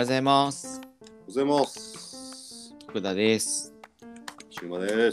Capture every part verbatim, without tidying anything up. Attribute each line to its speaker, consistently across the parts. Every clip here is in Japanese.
Speaker 1: ございます。
Speaker 2: おはようございます。
Speaker 1: 福田です。
Speaker 2: シュウマです。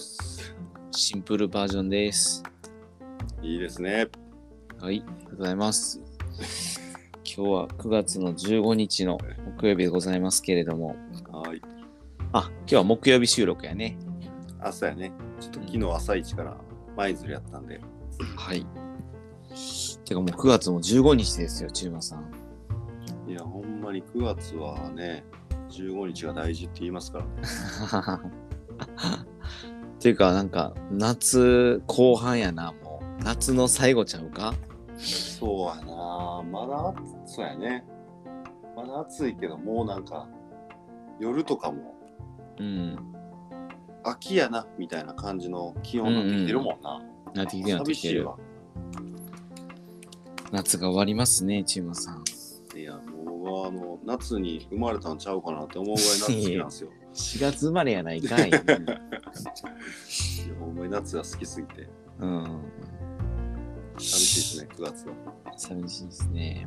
Speaker 1: シンプルバージョンです。
Speaker 2: いいですね。
Speaker 1: はい、ありがとうございます。今日はくがつのじゅうごにちの木曜日でございますけれども。
Speaker 2: はい。
Speaker 1: あ、今日は木曜日収録やね。
Speaker 2: 朝やね。ちょっと昨日朝一から前ずりやったんで。
Speaker 1: はい。てかもうくがつもじゅうごにちですよ、中馬さん。
Speaker 2: いや、ほんまにくがつはね、じゅうごにちが大事って言いますからね。
Speaker 1: っていうか、なんか、夏後半やな、もう。夏の最後ちゃうか？
Speaker 2: そうやな。まだ、そうやね。まだ暑いけど、もうなんか、夜とかも、
Speaker 1: うん。
Speaker 2: 秋やな、みたいな感じの気温になってきてるもんな。
Speaker 1: うんうん、なってきてるなってきてる。夏が終わりますね、中馬さん。
Speaker 2: いや、もうあの夏に生まれたんちゃうかなって思うぐらい夏好きなんですよ。
Speaker 1: しがつ生まれやないかい。いや、
Speaker 2: ほんまに夏が好きすぎて。
Speaker 1: うん。
Speaker 2: 寂しいですね、くがつは。
Speaker 1: 寂しいですね。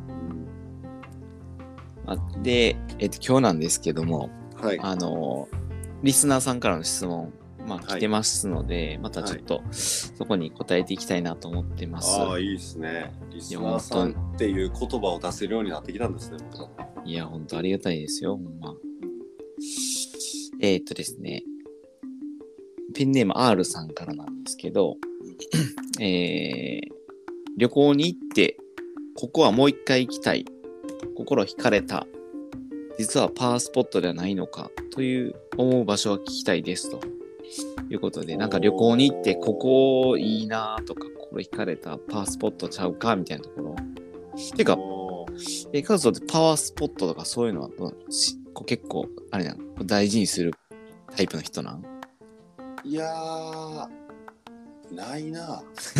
Speaker 2: うん、
Speaker 1: あで、えっと、今日なんですけども、
Speaker 2: はい、
Speaker 1: あの、リスナーさんからの質問、まあ、来てますので、はい、またちょっと、そこに答えていきたいなと思ってます。
Speaker 2: ああ、いいですね。リスナーさんっていう言葉を出せるようになってきたんですね、僕。
Speaker 1: いや、ほんとありがたいですよ、ほんま。えー、っとですね、ペンネーム R さんからなんですけど、えー、旅行に行って、ここはもう一回行きたい。心惹かれた。実はパワースポットではないのかという思う場所は聞きたいですということで、なんか旅行に行ってここいいなとか心惹かれたパワースポットちゃうかみたいなところ。てか、え、カズトってパワースポットとかそういうのはどうしこう結構あれなの大事にするタイプの人なん？
Speaker 2: いやー、ないな。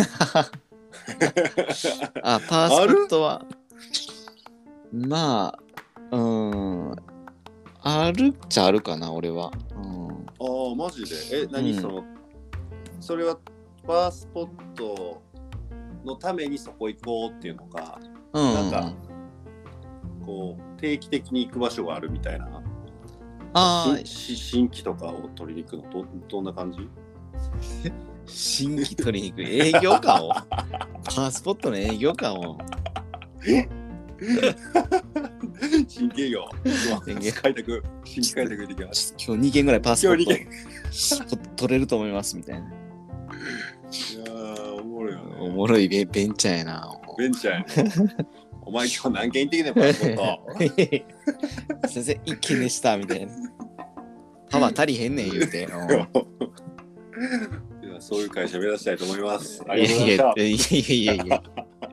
Speaker 1: あ、パワースポットはまあうーんあるっちゃあるかな俺は。うん、
Speaker 2: ああマジで？え、何、うん、そのそれはパワースポットのためにそこ行こうっていうのか、うん、なんかこう定期的に行く場所があるみたいな。あし新規とかを取りに行くの ど, どんな感じ？
Speaker 1: 新規取りに行く営業かをパワースポットの営業かを
Speaker 2: 新規営業開拓新規開拓できます。
Speaker 1: 今日にけんぐらいパワースポット取れると思いますみたいな。い
Speaker 2: やーおもろいよね。
Speaker 1: おもろい ベ, ベンチャーやな。
Speaker 2: ベンチャーやね。お前今日何件行ってきてんパワースポッ
Speaker 1: ト先生一件でしたみたいな。パワー足りへんねん言うて。
Speaker 2: いやそういう会社目指したいと思います。
Speaker 1: ありがとうございました。いやいやいやいや。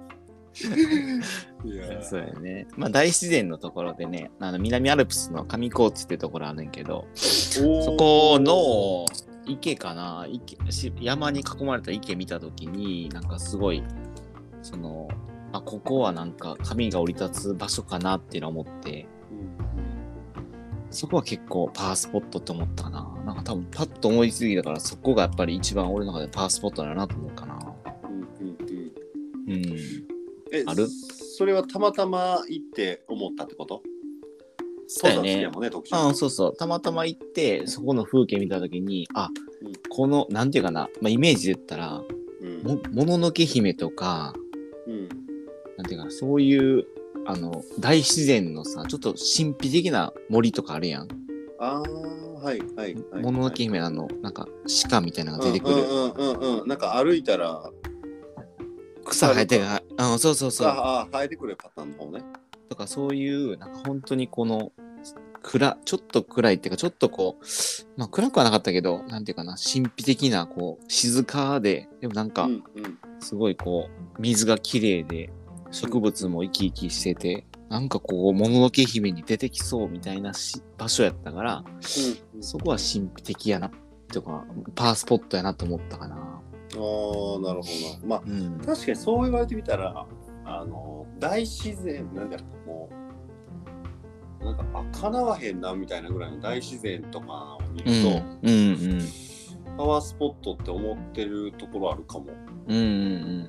Speaker 1: いやそうやね。まあ大自然のところでね、あの南アルプスの上高地っていうところあるんけど、そこの池かな、池山に囲まれた池見たときに、なんかすごいそのあここはなんか神が降り立つ場所かなっていうのを思って。そこは結構パワースポットって思ったかな。なんか多分パッと思いついたからそこがやっぱり一番俺の中でパワースポットだなと思うかな。うんうんうん。うん。
Speaker 2: え、ある？それはたまたま行って思ったってこと？
Speaker 1: そうだね。ああ、そうそう。たまたま行ってそこの風景見たときに、あ、うん、このなんていうかな、まあ、イメージで言ったら、うん、も, もののけ姫とか、うん、なんていうかな、そういうあの大自然のさちょっと神秘的な森とかあるやん。
Speaker 2: あーはいはいはい。
Speaker 1: もののけ姫あのなんか鹿みたいなのが出てくる。
Speaker 2: うんうんうんうん。なんか歩いたら
Speaker 1: 草生えてる。あ、そうそうそう。
Speaker 2: ああ生えてくるパターンの方ね。
Speaker 1: とかそういうなんか本当にこの暗ちょっと暗いっていうかちょっとこうまあ暗くはなかったけどなんていうかな神秘的なこう静かででもなんかすごいこう水が綺麗で。植物も生き生きしてて、なんかこう、もののけ姫に出てきそうみたいなし場所やったから、うん、そこは神秘的やな、とか、パワースポットやなと思ったかな。ああ、な
Speaker 2: るほど。まあ、うん、確かにそう言われてみたら、あの、大自然、なんだろう、もう、なんか、あ、かなわへんな、みたいなぐらいの大自然とかを見ると、うんうんうん、パワースポットって思ってるところあるかも。うんうんうん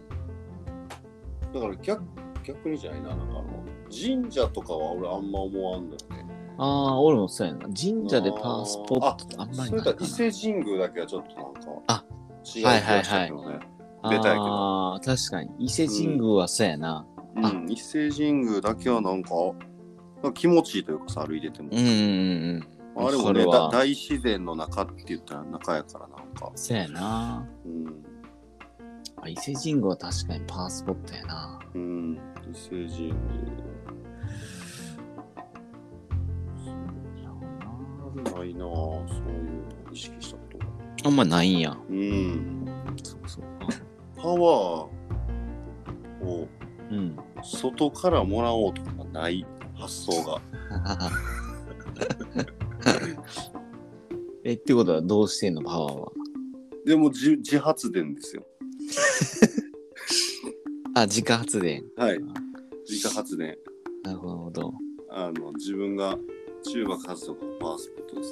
Speaker 2: だから 逆, 逆にじゃないな、なんかあの神社とかは俺あんま思わんのよね。
Speaker 1: ああ、俺もそうやな。神社でパワースポットってあんまりないかな。
Speaker 2: それと伊勢神宮だけはちょっとなんか
Speaker 1: あ
Speaker 2: 違う気がしたけどね。
Speaker 1: はいはいはい
Speaker 2: ベタやけど。
Speaker 1: ああ、確かに。伊勢神宮はそうやな。
Speaker 2: うん、うん、伊勢神宮だけはなんか気持ちいいというかさ、歩いてても。
Speaker 1: うんうんうん。
Speaker 2: あれもね、大自然の中って言ったら中やからなんか。
Speaker 1: そうやな。うん。あ、伊勢神宮は確かにパワースポットやな。
Speaker 2: うん、伊勢神宮。ないなぁ、そういうの意識したこと。
Speaker 1: あんまないんや。
Speaker 2: うん。
Speaker 1: そうそう
Speaker 2: パワーを、うん、外からもらおうとかない発想が。
Speaker 1: え、ってことはどうしてんのパワーは。
Speaker 2: でも自自発電ですよ。
Speaker 1: あ、自家発電。
Speaker 2: はい。自家発電。
Speaker 1: なるほど。
Speaker 2: あの自分が中爆発とかパワースポット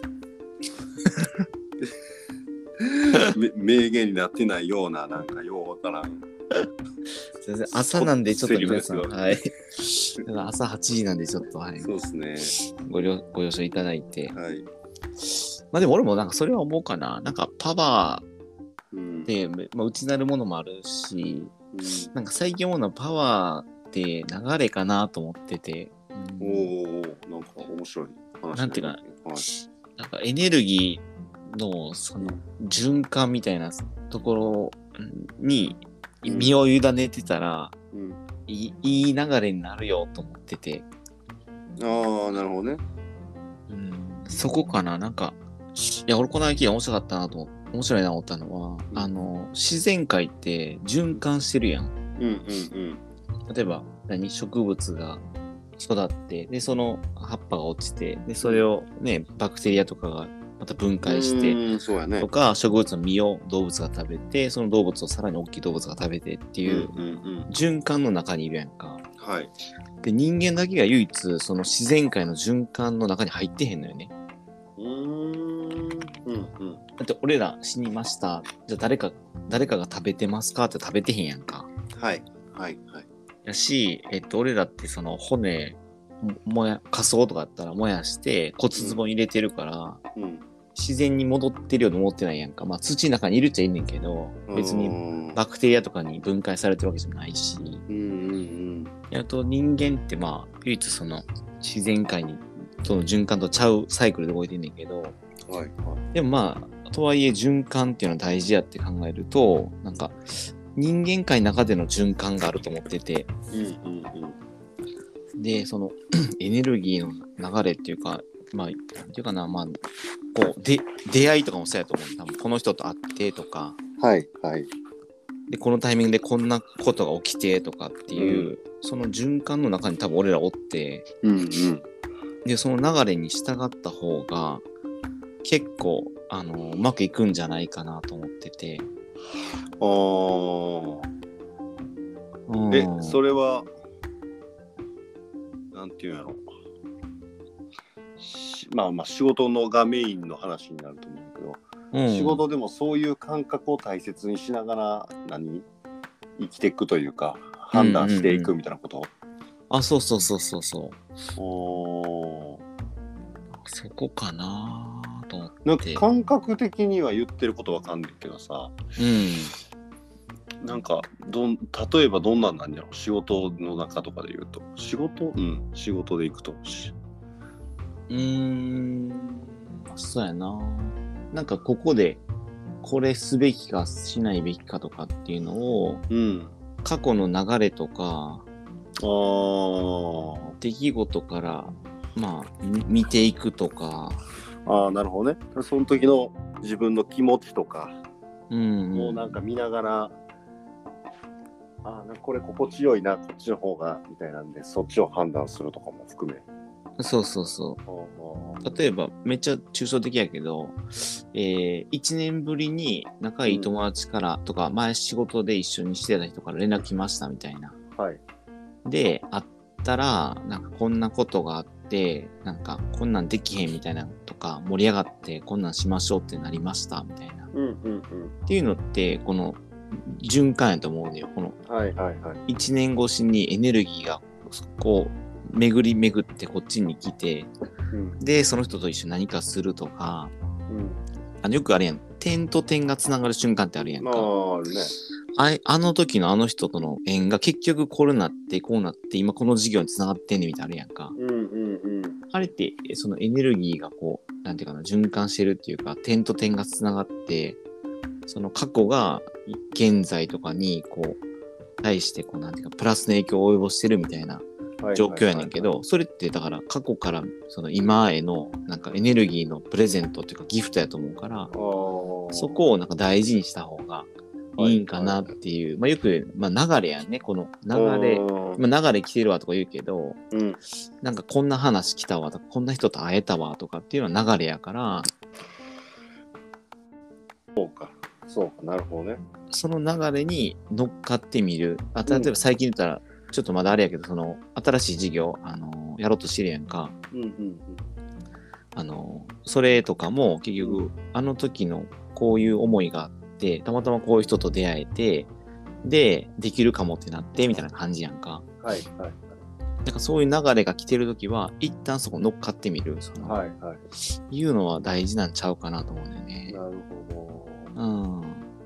Speaker 2: ですね。名言になってないようななんかようわからん。
Speaker 1: すいません、朝なんでちょっと皆さん、はい。朝はちじなんでちょっと、はい。
Speaker 2: そうですね。
Speaker 1: ご了ご了承いただいて。
Speaker 2: はい。
Speaker 1: まあでも俺もなんかそれは思うかな。なんかパワーって、うん、まあ、内なるものもあるし、うん、なんか最近思うのはパワーって流れかなと思ってて。
Speaker 2: うん、おお、なんか面白い話。
Speaker 1: なんていうか、はい、なんかエネルギーのその循環みたいなところに身を委ねてたら、うん、い, いい流れになるよと思ってて。
Speaker 2: ああ、なるほどね。
Speaker 1: うん、そこかな。なんか、いや、俺この秋が面白かったなと思って、面白いなと思ったのは、うん、あの、自然界って循環してるやん。
Speaker 2: うんうんうん。
Speaker 1: 例えば、何植物が育って、で、その葉っぱが落ちて、で、それをね、バクテリアとかがまた分解して、
Speaker 2: うんそうやね、
Speaker 1: とか、植物の実を動物が食べて、その動物をさらに大きい動物が食べてっていう、循環の中にいるやんか。
Speaker 2: はい。
Speaker 1: で、人間だけが唯一、その自然界の循環の中に入ってへんのよね。
Speaker 2: うーん。うんうん。
Speaker 1: だって俺ら死にました。じゃあ誰か、誰かが食べてますかって食べてへんやんか。
Speaker 2: はい。はいはい。
Speaker 1: やし、えっと、俺らってその骨、もや、仮想とかだったら燃やして骨壺に入れてるから、うんうん、自然に戻ってるように思ってないやんか。まあ土の中にいるっちゃいんねんけど、別にバクテリアとかに分解されてるわけじゃないし。うんうんうん。あと人間ってまあ、唯一その自然界に、との循環とちゃうサイクルで動いてんねんけど、はいはい、でもまあ、とはいえ循環っていうのは大事やって考えると、なんか、人間界の中での循環があると思ってて、うんうんうん、で、そのエネルギーの流れっていうか、まあ、なんていうかな、まあ、こう、で、出会いとかもそうやと思う。多分この人と会ってとか、
Speaker 2: はいはい。
Speaker 1: で、このタイミングでこんなことが起きてとかっていう、うん、その循環の中に多分俺らおって、うんうん、で、その流れに従った方が、結構、あの、うまくいくんじゃないかなと思ってて。
Speaker 2: ああ。え、それは、なんていうんやろ。まあまあ仕事のがメインの話になると思うけど、うん、仕事でもそういう感覚を大切にしながら何生きていくというか判断していくみたいなこと、うんうんうん、
Speaker 1: あ、そうそうそうそうそうおそこかなと思って。
Speaker 2: なんか感覚的には言ってることわかんないけどさ、うん、なんかどん例えばどんなんなんやろ仕事の中とかで言うと仕事うん仕事で行くと
Speaker 1: うーんそうやななんかここでこれすべきかしないべきかとかっていうのを、うん、過去の流れとかあ出来事からまあ見ていくとか
Speaker 2: ああなるほどねその時の自分の気持ちとか、うんうん、もうなんか見ながらああこれ心地よいなこっちの方がみたいなんでそっちを判断するとかも含め
Speaker 1: そうそうそう例えばめっちゃ抽象的やけど、えー、いちねんぶりに仲いい友達からとか、うん、前仕事で一緒にしてた人から連絡来ましたみたいな、はい、で会ったらなんかこんなことがあってなんかこんなんできへんみたいなとか盛り上がってこんなんしましょうってなりましたみたいな、うんうんうん、っていうのってこの循環やと思うのよこの、はいはいはい、いちねん越しにエネルギーがこう巡り巡ってこっちに来て、
Speaker 2: うん、
Speaker 1: でその人と一緒に何かするとか、
Speaker 2: うん、
Speaker 1: あのよくあるやん、点と点がつながる瞬間ってあるやんか。
Speaker 2: ああ、あるね。
Speaker 1: あ, あの時のあの人との縁が結局これなってこうなって今この事業につながってんねんみたいなのあるやんか。
Speaker 2: うんうんうん。
Speaker 1: あれってそのエネルギーがこうなんていうかな循環してるっていうか、点と点がつながってその過去が現在とかにこう対してこうなんていうかプラスの影響を及ぼしてるみたいな状況やねんけど、それってだから過去からその今へのなんかエネルギーのプレゼントっていうかギフトやと思うから、そこをなんか大事にした方がいいんかなっていう、はいはい、まあよく、まあ、流れやんね、この流れ、まあ、流れ来てるわとか言うけど、
Speaker 2: うん、
Speaker 1: なんかこんな話来たわとかこんな人と会えたわとかっていうのは流れやから、
Speaker 2: そうかそうか、なるほどね。
Speaker 1: その流れに乗っかってみる。あ、例えば最近言ったら、ちょっとまだあれやけど、その新しい事業、あのやろうとしてるやんか。
Speaker 2: うんうんうん、
Speaker 1: あのそれとかも結局、うん、あの時のこういう思いがあってたまたまこういう人と出会えてでできるかもってなってみたいな感じやんか。
Speaker 2: はいはいはい。
Speaker 1: だからそういう流れが来てる時は一旦そこ乗っかってみる。その
Speaker 2: はいはい。
Speaker 1: いうのは大事なんちゃうかなと思うんだよね。
Speaker 2: なるほど。
Speaker 1: うん。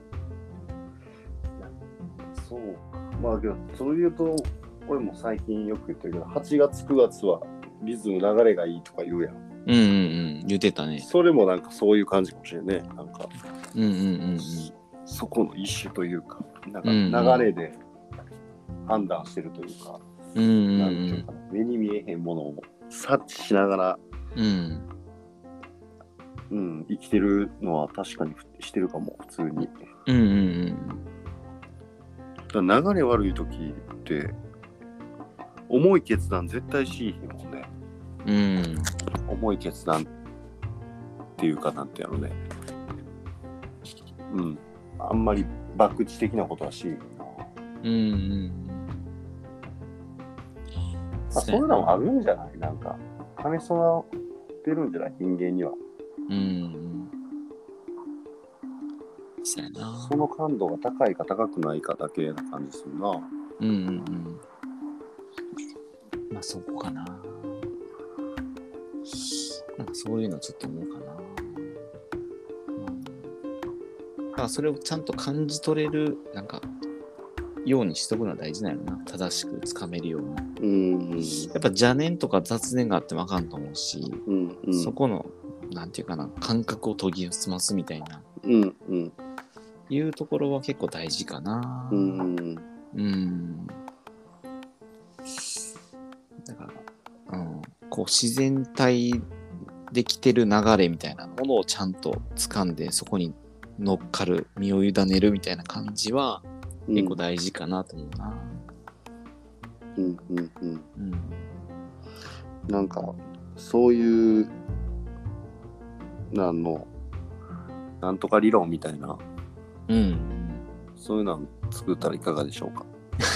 Speaker 2: そうか。まあけどそれ言うと俺も最近よく言ってるけどはちがつくがつはリズム流れがいいとか言うやん。
Speaker 1: うんうんうん言ってたね。
Speaker 2: それもなんかそういう感じかもしれんね。なんか
Speaker 1: うんうんうんうん
Speaker 2: そこの一種というかなんか流れで判断してるというか、
Speaker 1: うんうんうん、
Speaker 2: なんていうかな、目に見えへんものを察知しながら、
Speaker 1: うん
Speaker 2: うん、生きてるのは確かにしてるかも普通に。
Speaker 1: うんうん
Speaker 2: うん、だ流れ悪い時って重い決断絶対しいひんもんね。
Speaker 1: うん、
Speaker 2: 重い決断っていうかなんてやろうね。うん、あんまり博打的なことはしいな。
Speaker 1: うんうん。
Speaker 2: まあ、そういうのもあるんじゃない？なんか兼ね備えてるんじゃない？人間には。
Speaker 1: うん。そうやな。
Speaker 2: その感度が高いか高くないかだけな感じするな。
Speaker 1: うんうんうん。まあそこかな。なんかそういうのちょっと思うかな。だからそれをちゃんと感じ取れるなんかようにしとくのは大事なのな。正しくつかめるように。うん。やっぱ邪念とか雑念があってもあかんと思うし、うんうん、そこのなんていうかな感覚を研ぎ澄ますみたいな、うんうん、いうところは結構大事かな。うん。うん。だから、うん、こう自然体できてる流れみたいなものをちゃんと掴んでそこに乗っかる身を委ねるみたいな感じは結構大事かなと思うな。
Speaker 2: うんうんうん。うん、なんかそういうなんのなんとか理論みたいな、うん、そういうの作ったらいかがでしょうか。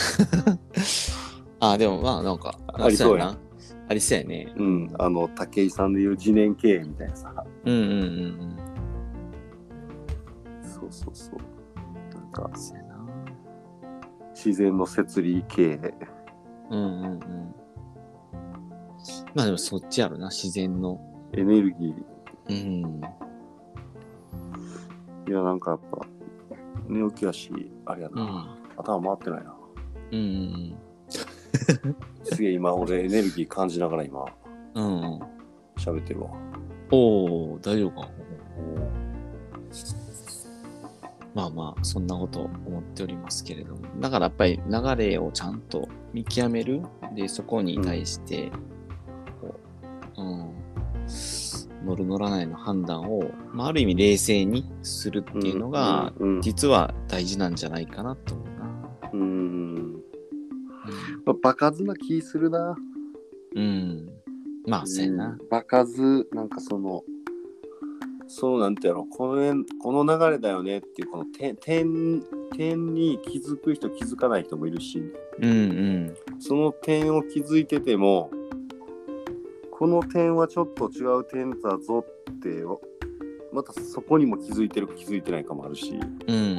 Speaker 1: あでもまあなんか
Speaker 2: ありそうやな。
Speaker 1: ありそうやね。
Speaker 2: うん、あの武井さんでいう自然経営みたいなさ。
Speaker 1: うんうんうんうん。
Speaker 2: そうそうそう。なんか自然の摂理経営。うんうんうん。
Speaker 1: まあでもそっちやろな、自然の
Speaker 2: エネルギー。うん。いやなんかやっぱ寝起きやしあれやな、うん、頭回ってないな。うんうんうん。すげえ今俺エネルギー感じながら今うん喋ってるわ。
Speaker 1: おお大丈夫か。まあまあそんなこと思っておりますけれども、だからやっぱり流れをちゃんと見極めるでそこに対してこう、うん、乗る乗らないの判断を、まあ、ある意味冷静にするっていうのが、うんうんうん、実は大事なんじゃないかなと思うな。うん
Speaker 2: うんまあ、場数な気するな。
Speaker 1: うん。まあ、そうやな。
Speaker 2: 場数、なんかその、そうなんてやろ、この、この流れだよねっていう、この点、点、点に気づく人、気づかない人もいるし、うんうん。その点を気づいてても、この点はちょっと違う点だぞって、またそこにも気づいてるか気づいてないかもあるし、うんうんうん。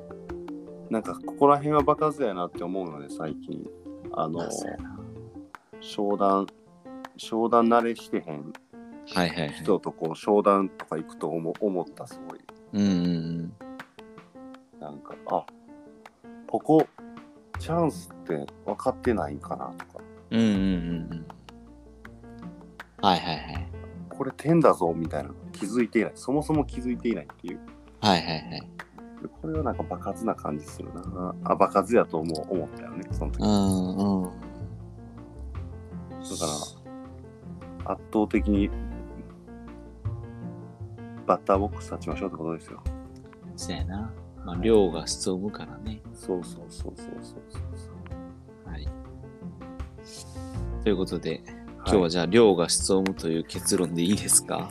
Speaker 2: なんかここら辺は場数やなって思うのね最近。あの商談商談慣れしてへん
Speaker 1: はいはいはい。
Speaker 2: 人とこう商談とか行くと思思ったすごい。
Speaker 1: うんうんうん。
Speaker 2: なんかあここチャンスって分かってないんかなとか。
Speaker 1: うんうんうんうん。はいはいはい。
Speaker 2: これ点だぞみたいな気づいていない。そもそも気づいていないっていう。
Speaker 1: はいはいはい。
Speaker 2: これはなんか爆発な感じするな。あ、爆発やと思う思ったよね、その時。
Speaker 1: うんうん。だ
Speaker 2: から圧倒的にバッターボックス立ちましょうってことですよ。
Speaker 1: そうやな。まあ量が質を生むからね。
Speaker 2: そうそうそうそうそうそう。
Speaker 1: はい。ということで、今日はじゃあ量が質を生むという結論でいいですか？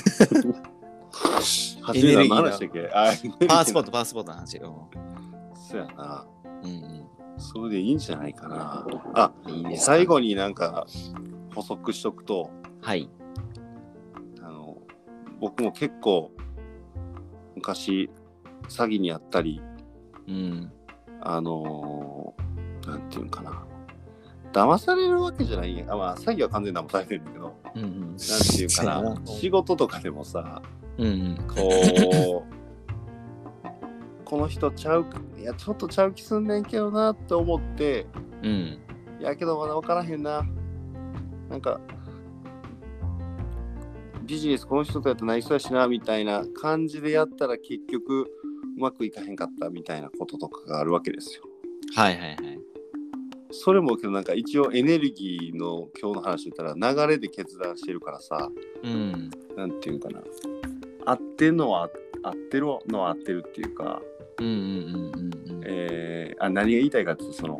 Speaker 2: エネルギーの話だっけ？
Speaker 1: パワースポット、パワースポットの話よ。
Speaker 2: そうやな。
Speaker 1: うんうん。
Speaker 2: それでいいんじゃないかな。あ、
Speaker 1: いいですか？
Speaker 2: 最後になんか補足しとくと、
Speaker 1: はい。
Speaker 2: あの僕も結構昔詐欺にあったり、
Speaker 1: うん、
Speaker 2: あのー、なんていうんかな。騙されるわけじゃないんや。あ、まあ詐欺は完全に騙されてるんだけど、
Speaker 1: うんうん、
Speaker 2: なんていうかな。仕事とかでもさ、
Speaker 1: うんうん、
Speaker 2: こうこの人ちゃういやちょっとちゃう気すんねんけどなって思って、
Speaker 1: うん、
Speaker 2: いやけどまだ分からへんな、なんかビジネスこの人とやってなりそうやしなみたいな感じでやったら結局うまくいかへんかったみたいなこととかがあるわけですよ。
Speaker 1: はいはいはい。
Speaker 2: それもけどなんか一応エネルギーの今日の話で言ったら流れで決断してるからさ、
Speaker 1: うん、
Speaker 2: なんていうかな、合ってるのは合ってるのは合ってるっていうか、
Speaker 1: うんうんうんうん、
Speaker 2: えー、あ何が言いたいかっていうと、その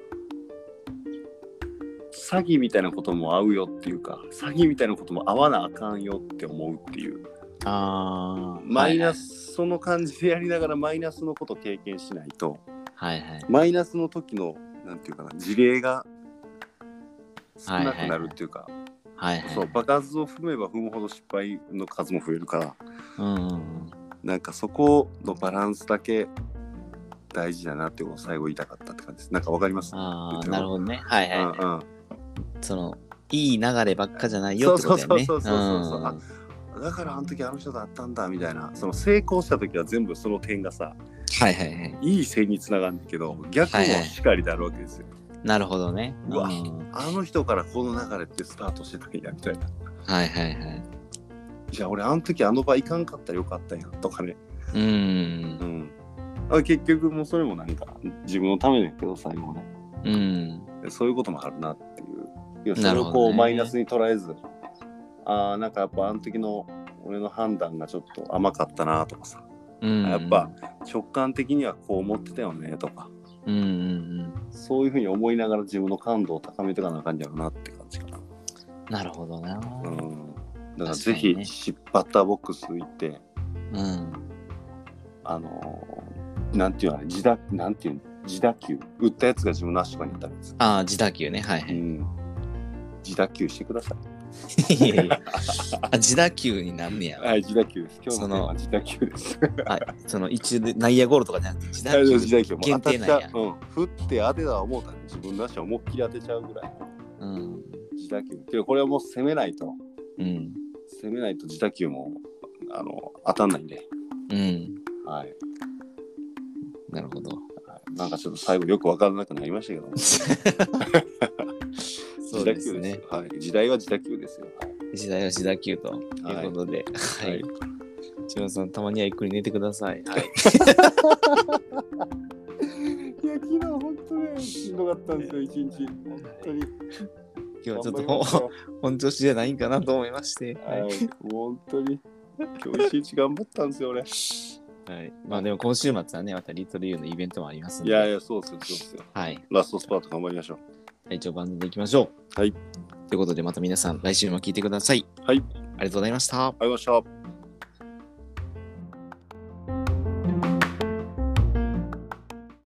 Speaker 2: 詐欺みたいなことも合うよっていうか、詐欺みたいなことも合わなあかんよって思うっていう、
Speaker 1: あ
Speaker 2: マイナス、
Speaker 1: はいはい、
Speaker 2: その感じでやりながらマイナスのことを経験しないと、
Speaker 1: はいはい、
Speaker 2: マイナスの時のなんていうかな、事例が少なくなるっていうか、
Speaker 1: はいはい、
Speaker 2: そう爆発を踏めば踏むほど失敗の数も増えるから、
Speaker 1: うんうんうん、
Speaker 2: なんかそこのバランスだけ大事だなってことを最後言いたかったって感じです。なんかわかります？
Speaker 1: ああ、なるほどね。はいはい、はい、
Speaker 2: うんうん、
Speaker 1: そのいい流ればっかじゃないよってことだよね。
Speaker 2: そうそうそうそうそう、うん、あだからあの時あの人だったんだみたいな、その成功した時は全部その点がさ、
Speaker 1: はいはいはい、い
Speaker 2: いい線につながるんだけど、逆もしかりであるわけですよ。はいはい、
Speaker 1: なるほどね。
Speaker 2: うわ、うん、あの人からこの流れってスタートしてたんやみたいな。
Speaker 1: はいはいはい。
Speaker 2: じゃあ俺あの時あの場行かんかったらよかったんやとかね。
Speaker 1: うん、うん、
Speaker 2: あ結局もうそれもなんか自分のためだけど最後ね、
Speaker 1: うん、
Speaker 2: そういうこともあるなっていう。いやそれをこうマイナスに捉えず、ああなんかやっぱあの時の俺の判断がちょっと甘かったなとかさ、うん、やっぱ直感的にはこう思ってたよねとか、うんうんうん、そういうふうに思いながら自分の感度を高めていかなあかんじゃろうなって感じかな。
Speaker 1: なるほどな。
Speaker 2: うん、だからぜひ、ね、バッターボックス行って、うん、あのー、なんていうのあれ自打なんていうの自打球打ったやつが自分の足とかにいったんです。
Speaker 1: ああ自打球ね、はいはい、うん、
Speaker 2: 自打球してください。
Speaker 1: いやいやあ自打球になんねや。
Speaker 2: はい、自打球です。今日のテーマは自打球です。
Speaker 1: はい、その一応で内野ゴロとかじゃなくて自打球限定なんや。
Speaker 2: うん、振って当てたら思うたら自分の足を思いっきり当てちゃうぐらい。うん、自打球。けどこれはもう攻めないと、うん、攻めないと自打球もあの当たんないんで。うん。はい。
Speaker 1: なるほど。
Speaker 2: なんかちょっと最後よく分からなくなりましたけども。自打球ですね。はい。時代は自打球ですよ。
Speaker 1: 時代は自打球ということで。はい。千葉さん、たまにはゆっくり寝てください。はい。
Speaker 2: いや、昨日本当にしんどかったんですよ、一日。本当に。
Speaker 1: 今日はちょっと本調子じゃないんかなと思いまして。
Speaker 2: はい。はい、本当に。今日一日頑張ったんですよ、俺。
Speaker 1: はい。まあでも今週末はね、またリトルユーのイベントもありますので。
Speaker 2: いやいや、そうですよ、そうですよ。はい。ラストスパート頑張りましょう。
Speaker 1: 体調万全でいきましょう。はい。ということで、また皆さん、来週も聞いてください。はい。ありがとうございました。
Speaker 2: ありがとうございました。